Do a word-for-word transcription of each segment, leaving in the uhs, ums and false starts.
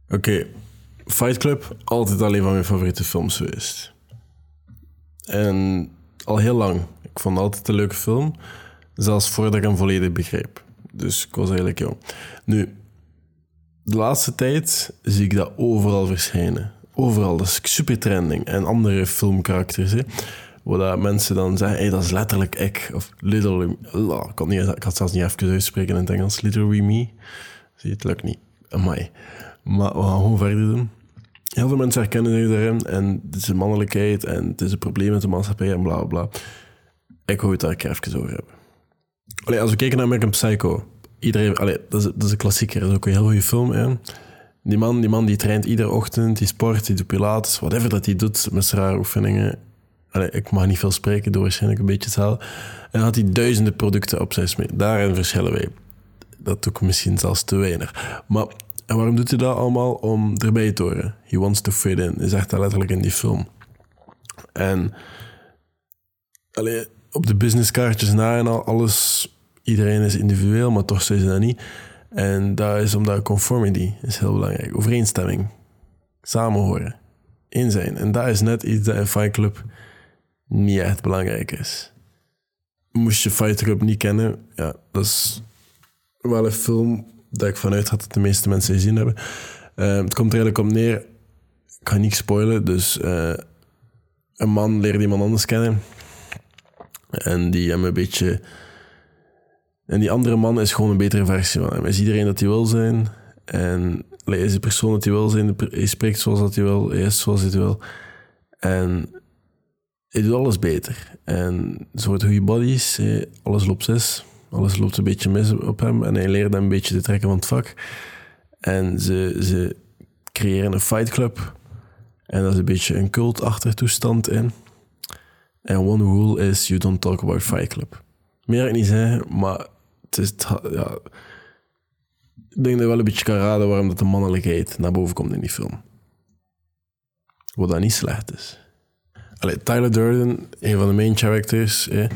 Oké, okay. Fight Club, altijd al een van mijn favoriete films geweest. En al heel lang. Ik vond het altijd een leuke film, zelfs voordat ik hem volledig begreep. Dus ik was eigenlijk jong. Nu, de laatste tijd zie ik dat overal verschijnen. Overal, dat is super trending. En andere filmkarakters, hè, waar dat mensen dan zeggen, hey, dat is letterlijk ik. Of literally, oh, ik, kan niet, ik kan het zelfs niet even uitspreken in het Engels. Literally me. Zie je, het lukt niet. Amai. Maar we gaan gewoon verder doen. Heel veel mensen herkennen zich daarin. En het is een mannelijkheid. En het is een probleem met de maatschappij en bla bla. Ik wou het daar even over hebben. Allee, als we kijken naar American Psycho. Iedereen, allee, dat, is, dat is een klassieker. Dat is ook een heel goede film. Hè? Die man, die man die traint iedere ochtend. Die sport, die doet pilates. Whatever dat hij doet met zijn rare oefeningen. Allee, ik mag niet veel spreken. Door waarschijnlijk een beetje hetzelfde. En dan had hij duizenden producten op zijn smee. Daarin verschillen wij. Dat doe ik misschien zelfs te weinig. Maar... En waarom doet hij dat allemaal? Om erbij te horen. He wants to fit in. Hij zegt dat letterlijk in die film. En allee, op de businesskaartjes na en al, alles... Iedereen is individueel, maar toch zijn ze dat niet. En dat is omdat conformity is heel belangrijk. Overeenstemming. Samen horen. Eén zijn. En dat is net iets dat in Fight Club niet echt belangrijk is. Moest je Fight Club niet kennen, ja, dat is wel een film... dat ik vanuit had dat de meeste mensen gezien hebben. Uh, het komt er eigenlijk op neer... Ik ga niet spoilen, dus... Uh, een man leert iemand anders kennen. En die hem een beetje... En die andere man is gewoon een betere versie van hem. Is iedereen dat hij wil zijn. En hij is de persoon dat hij wil zijn. Hij spreekt zoals dat hij wil. Hij is zoals hij wil. En hij doet alles beter. En ze worden goede buddies. Hey, alles loopt zes. Alles loopt een beetje mis op hem. En hij leert hem een beetje te trekken van het vak. En ze, ze creëren een fight club. En dat is een beetje een cultachtig toestand in. En one rule is, you don't talk about fight club. Meer kan ik niet zeggen, maar het is... Ja, ik denk dat je wel een beetje kan raden waarom dat de mannelijkheid naar boven komt in die film. Wat dat niet slecht is. Allee, Tyler Durden, een van de main characters, eh,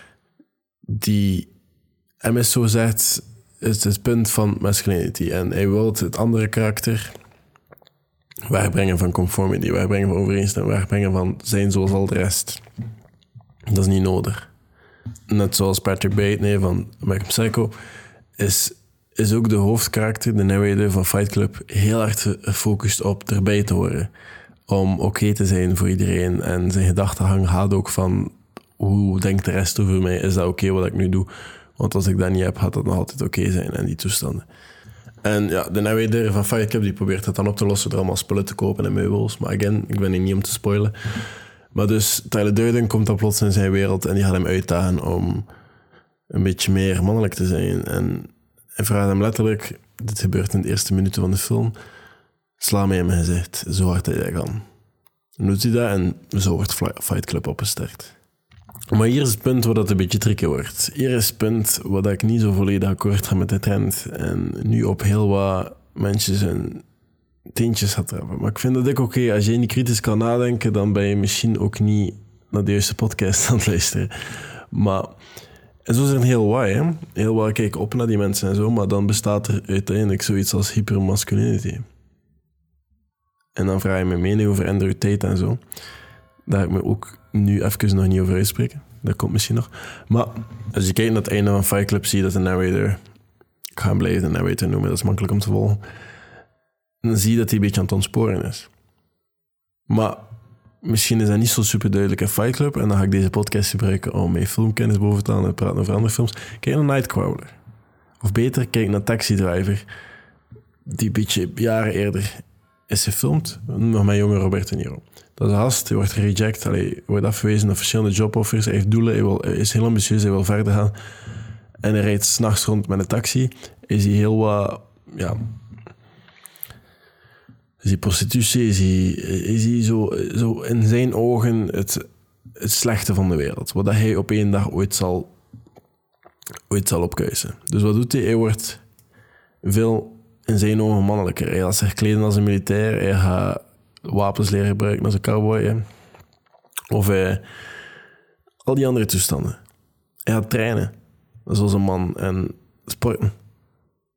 die... Hem is zo gezegd, is het punt van masculinity. En hij wil het andere karakter wegbrengen van conformity, wegbrengen van overeenstemming, wegbrengen van zijn zoals al de rest. Dat is niet nodig. Net zoals Patrick Bateman van American Psycho is, is ook de hoofdkarakter, de narrator van Fight Club, heel erg gefocust op erbij te horen. Om oké okay te zijn voor iedereen. En zijn gedachtengang gaat ook van hoe denkt de rest over mij? Is dat oké okay wat ik nu doe? Want als ik dat niet heb, gaat dat nog altijd oké okay zijn en die toestanden. En ja, de narrator van Fight Club die probeert dat dan op te lossen door allemaal spullen te kopen en meubels. Maar again, ik ben hier niet om te spoilen. Maar dus Tyler Durden komt dan plots in zijn wereld en die gaat hem uitdagen om een beetje meer mannelijk te zijn. En hij vraagt hem letterlijk, dit gebeurt in de eerste minuten van de film, sla mij in mijn gezicht, zo hard dat jij kan. Dan doet hij dat en zo wordt Fight Club opgestart. Maar hier is het punt waar dat een beetje tricky wordt. Hier is het punt waar ik niet zo volledig akkoord ga met de trend. En nu op heel wat mensen zijn teentjes gaat trappen. Maar ik vind dat ik oké. Okay. Als je niet kritisch kan nadenken, dan ben je misschien ook niet naar de juiste podcast aan het luisteren. Maar en zo zijn er heel wat. Hè? Heel wat kijken op naar die mensen en zo. Maar dan bestaat er uiteindelijk zoiets als hypermasculinity. En dan vraag je mijn mening over Andrew Tate en zo. Daar ga ik me ook nu even nog niet over uitspreken. Dat komt misschien nog. Maar als je kijkt naar het einde van Fight Club, zie je dat de narrator... Ik ga hem blijven de narrator noemen, dat is makkelijk om te volgen. Dan zie je dat hij een beetje aan het ontsporen is. Maar misschien is dat niet zo super duidelijk in Fight Club. En dan ga ik deze podcast gebruiken om mijn filmkennis boven te halen en praten over andere films. Kijk naar Nightcrawler. Of beter, kijk naar Taxi Driver. Die een beetje jaren eerder is gefilmd. Nog met jonge Robert De Niro. Dat is een gast, hij wordt gereject, hij wordt afgewezen naar verschillende joboffers, hij heeft doelen, hij, wil, hij is heel ambitieus, hij wil verder gaan. En hij rijdt 's nachts rond met een taxi. Is hij heel wat, ja... Is hij prostitutie, is hij, is hij zo, zo in zijn ogen het, het slechte van de wereld. Wat hij op één dag ooit zal, ooit zal opkuisen. Dus wat doet hij? Hij wordt veel in zijn ogen mannelijker. Hij laat zich kleden als een militair, hij gaat wapens leren gebruiken als een cowboy. Hè. Of hij... Al die andere toestanden. Hij gaat trainen. Zoals een man. En sporten.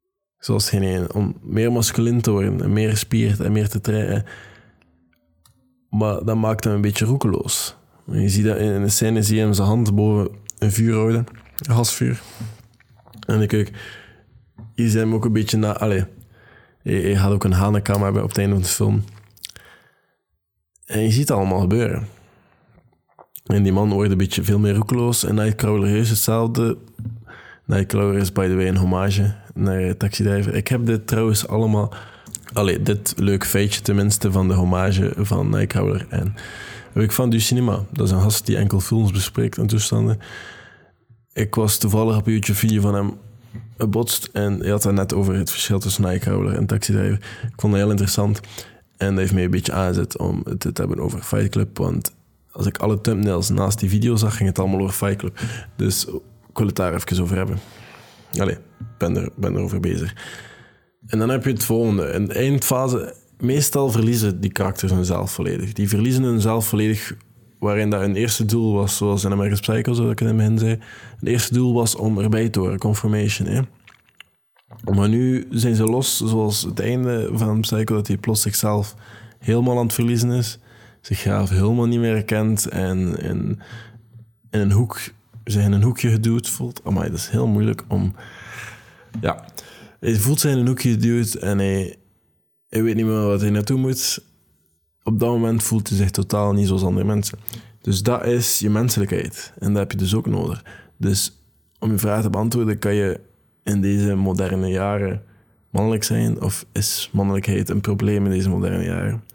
Zoals geen een. Om meer masculin te worden en meer gespierd en meer te trainen. Maar dat maakt hem een beetje roekeloos. Je ziet dat in de scène, zie je hem zijn hand boven een vuur houden. Een gasvuur. En dan kijk, je ziet hem ook een beetje na... Allee, je, je gaat ook een hanenkam hebben op het einde van de film. En je ziet het allemaal gebeuren. En die man wordt een beetje veel meer roekeloos. En Nightcrawler is hetzelfde. Nightcrawler is, by the way, een hommage naar Taxi Driver. Ik heb dit trouwens allemaal... Allee, dit leuk feitje tenminste van de hommage van Nightcrawler. En heb ik van Du Cinema. Dat is een gast die enkel films bespreekt en toestanden. Ik was toevallig op een YouTube-video van hem gebotst en hij had het net over het verschil tussen Nightcrawler en Taxi Driver. Ik vond dat heel interessant. En dat heeft mij een beetje aangezet om het te hebben over Fight Club, want als ik alle thumbnails naast die video zag, ging het allemaal over Fight Club. Dus ik wil het daar even over hebben. Allee, ik ben er, ben er over bezig. En dan heb je het volgende. In de eindfase, meestal verliezen die karakters hunzelf volledig. Die verliezen hunzelf volledig, waarin dat hun eerste doel was, zoals in American Psycho, zoals ik in het begin zei. Het eerste doel was om erbij te horen, confirmation. Hè? Maar nu zijn ze los, zoals het einde van Psycho, dat hij plots zichzelf helemaal aan het verliezen is. Zichzelf helemaal niet meer herkent en in, in een hoek, zich in een hoekje geduwd voelt. Amai, dat is heel moeilijk om... Ja, hij voelt zich in een hoekje geduwd en hij, hij weet niet meer wat hij naartoe moet. Op dat moment voelt hij zich totaal niet zoals andere mensen. Dus dat is je menselijkheid. En dat heb je dus ook nodig. Dus om je vraag te beantwoorden, kan je in deze moderne jaren mannelijk zijn? Of is mannelijkheid een probleem in deze moderne jaren?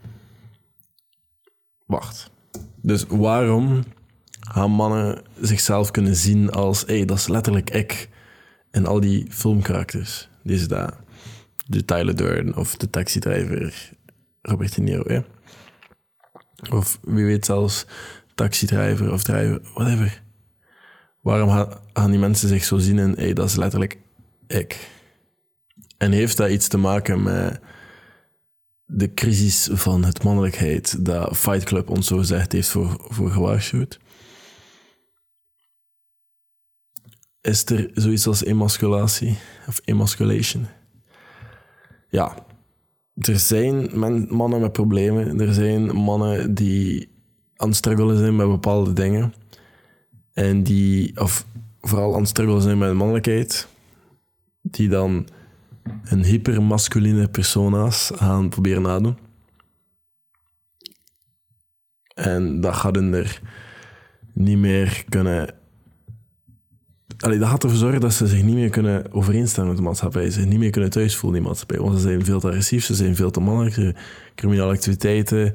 Wacht. Dus waarom gaan mannen zichzelf kunnen zien als... Hé, hey, dat is letterlijk ik. En al die filmkarakters. Deze daar. De Tyler Durden of de Taxi Driver. Robert De Niro, hè? Of wie weet zelfs Taxi Driver of Driver, whatever. Waarom gaan die mensen zich zo zien in... Hé, hey, dat is letterlijk ik. En heeft dat iets te maken met de crisis van het mannelijkheid dat Fight Club ons zo gezegd heeft voor, voor gewaarschuwd? Is er zoiets als emasculatie of emasculation? Ja. Er zijn men, mannen met problemen. Er zijn mannen die aan het struggelen zijn met bepaalde dingen. En die, of vooral aan het struggelen zijn met mannelijkheid. Die dan een hypermasculine persona's gaan proberen nadoen. En dat gaat hun er niet meer kunnen... Allee, dat gaat ervoor zorgen dat ze zich niet meer kunnen overeenstemmen met de maatschappij. Ze zich niet meer kunnen thuisvoelen in die maatschappij. Want ze zijn veel te agressief, ze zijn veel te mannelijk. Criminele activiteiten.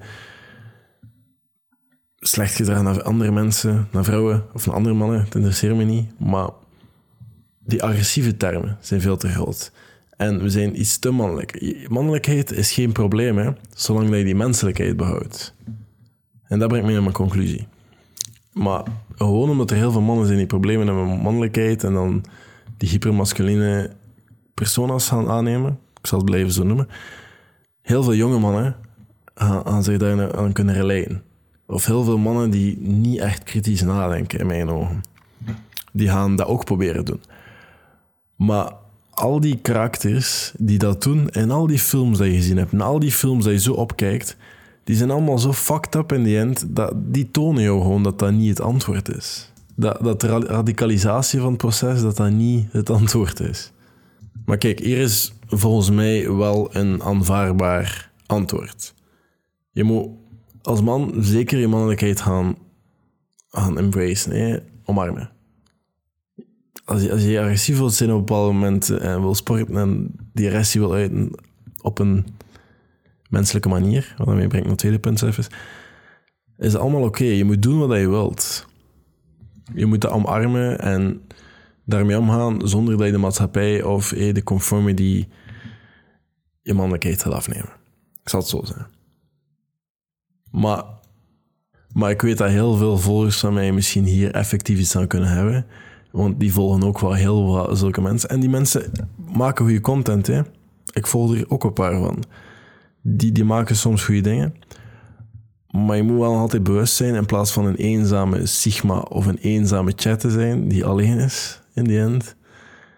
Slecht gedrag naar andere mensen, naar vrouwen of naar andere mannen. Dat interesseert me niet. Maar die agressieve termen zijn veel te groot. En we zijn iets te mannelijk. Mannelijkheid is geen probleem, hè, zolang dat je die menselijkheid behoudt. En dat brengt mij naar mijn conclusie. Maar gewoon omdat er heel veel mannen zijn die problemen hebben met mannelijkheid en dan die hypermasculine persona's gaan aannemen, ik zal het blijven zo noemen, heel veel jonge mannen gaan, gaan zich daar aan kunnen relaten. Of heel veel mannen die niet echt kritisch nadenken, in mijn ogen. Die gaan dat ook proberen doen. Maar al die karakters die dat doen, en al die films die je gezien hebt, en al die films die je zo opkijkt, die zijn allemaal zo fucked up in the end, dat die tonen jou gewoon dat dat niet het antwoord is. Dat, dat de radicalisatie van het proces, dat dat niet het antwoord is. Maar kijk, hier is volgens mij wel een aanvaardbaar antwoord. Je moet als man zeker je mannelijkheid gaan, gaan embracen, hè? Omarmen. Als je, als je agressief wilt zijn op bepaalde momenten en wil sporten en die agressie wil uiten op een menselijke manier, wat daarmee brengt naar het tweede punt even, is het allemaal oké. Okay. Je moet doen wat je wilt. Je moet dat omarmen en daarmee omgaan zonder dat je de maatschappij of hey, de conformity je mannelijkheid gaat afnemen. Ik zal het zo zeggen. Maar, maar ik weet dat heel veel volgers van mij misschien hier effectief iets aan kunnen hebben. Want die volgen ook wel heel wat zulke mensen. En die mensen maken goede content, hè. Ik volg er ook een paar van. Die, die maken soms goede dingen. Maar je moet wel altijd bewust zijn, in plaats van een eenzame sigma of een eenzame chat te zijn, die alleen is, in die end,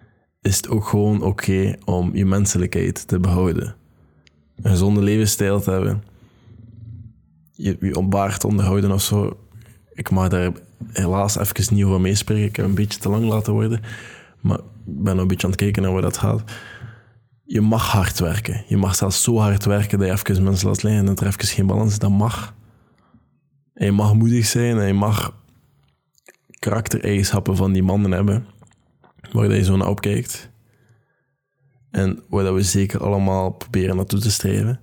is het ook gewoon oké okay om je menselijkheid te behouden. Een gezonde levensstijl te hebben. Je, je baard onderhouden of zo. Ik mag daar helaas even niet over meespreken. Ik heb een beetje te lang laten worden. Maar ik ben nog een beetje aan het kijken naar waar dat gaat. Je mag hard werken. Je mag zelfs zo hard werken dat je even mensen laat liggen en dat er even geen balans is. Dat mag. En je mag moedig zijn en je mag karaktereigenschappen van die mannen hebben waar je zo naar opkijkt. En waar dat we zeker allemaal proberen naartoe te streven.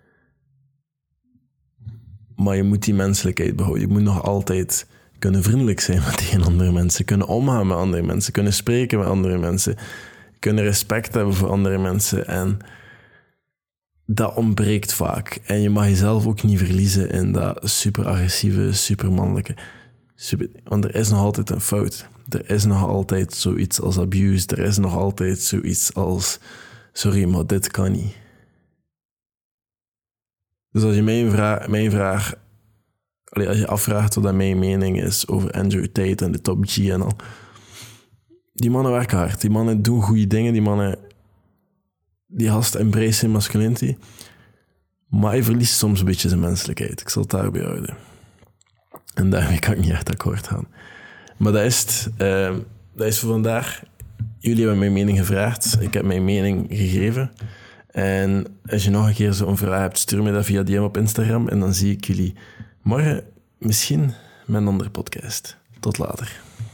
Maar je moet die menselijkheid behouden. Je moet nog altijd kunnen vriendelijk zijn met tegen andere mensen. Kunnen omgaan met andere mensen. Kunnen spreken met andere mensen. Kunnen respect hebben voor andere mensen. En dat ontbreekt vaak. En je mag jezelf ook niet verliezen in dat super agressieve, super mannelijke. Super, want er is nog altijd een fout. Er is nog altijd zoiets als abuse. Er is nog altijd zoiets als... Sorry, maar dit kan niet. Dus als je mij vraagt... Mijn vraag, als je afvraagt wat mijn mening is over Andrew Tate en de Top G en al... Die mannen werken hard. Die mannen doen goede dingen. Die mannen... Die gast embrace zijn masculinity. Maar hij verliest soms een beetje zijn menselijkheid. Ik zal het daarbij houden. En daarmee kan ik niet echt akkoord gaan. Maar dat is het. Uh, dat is voor vandaag. Jullie hebben mijn mening gevraagd. Ik heb mijn mening gegeven. En als je nog een keer zo'n vraag hebt, stuur me dat via D M op Instagram. En dan zie ik jullie morgen misschien met een andere podcast. Tot later.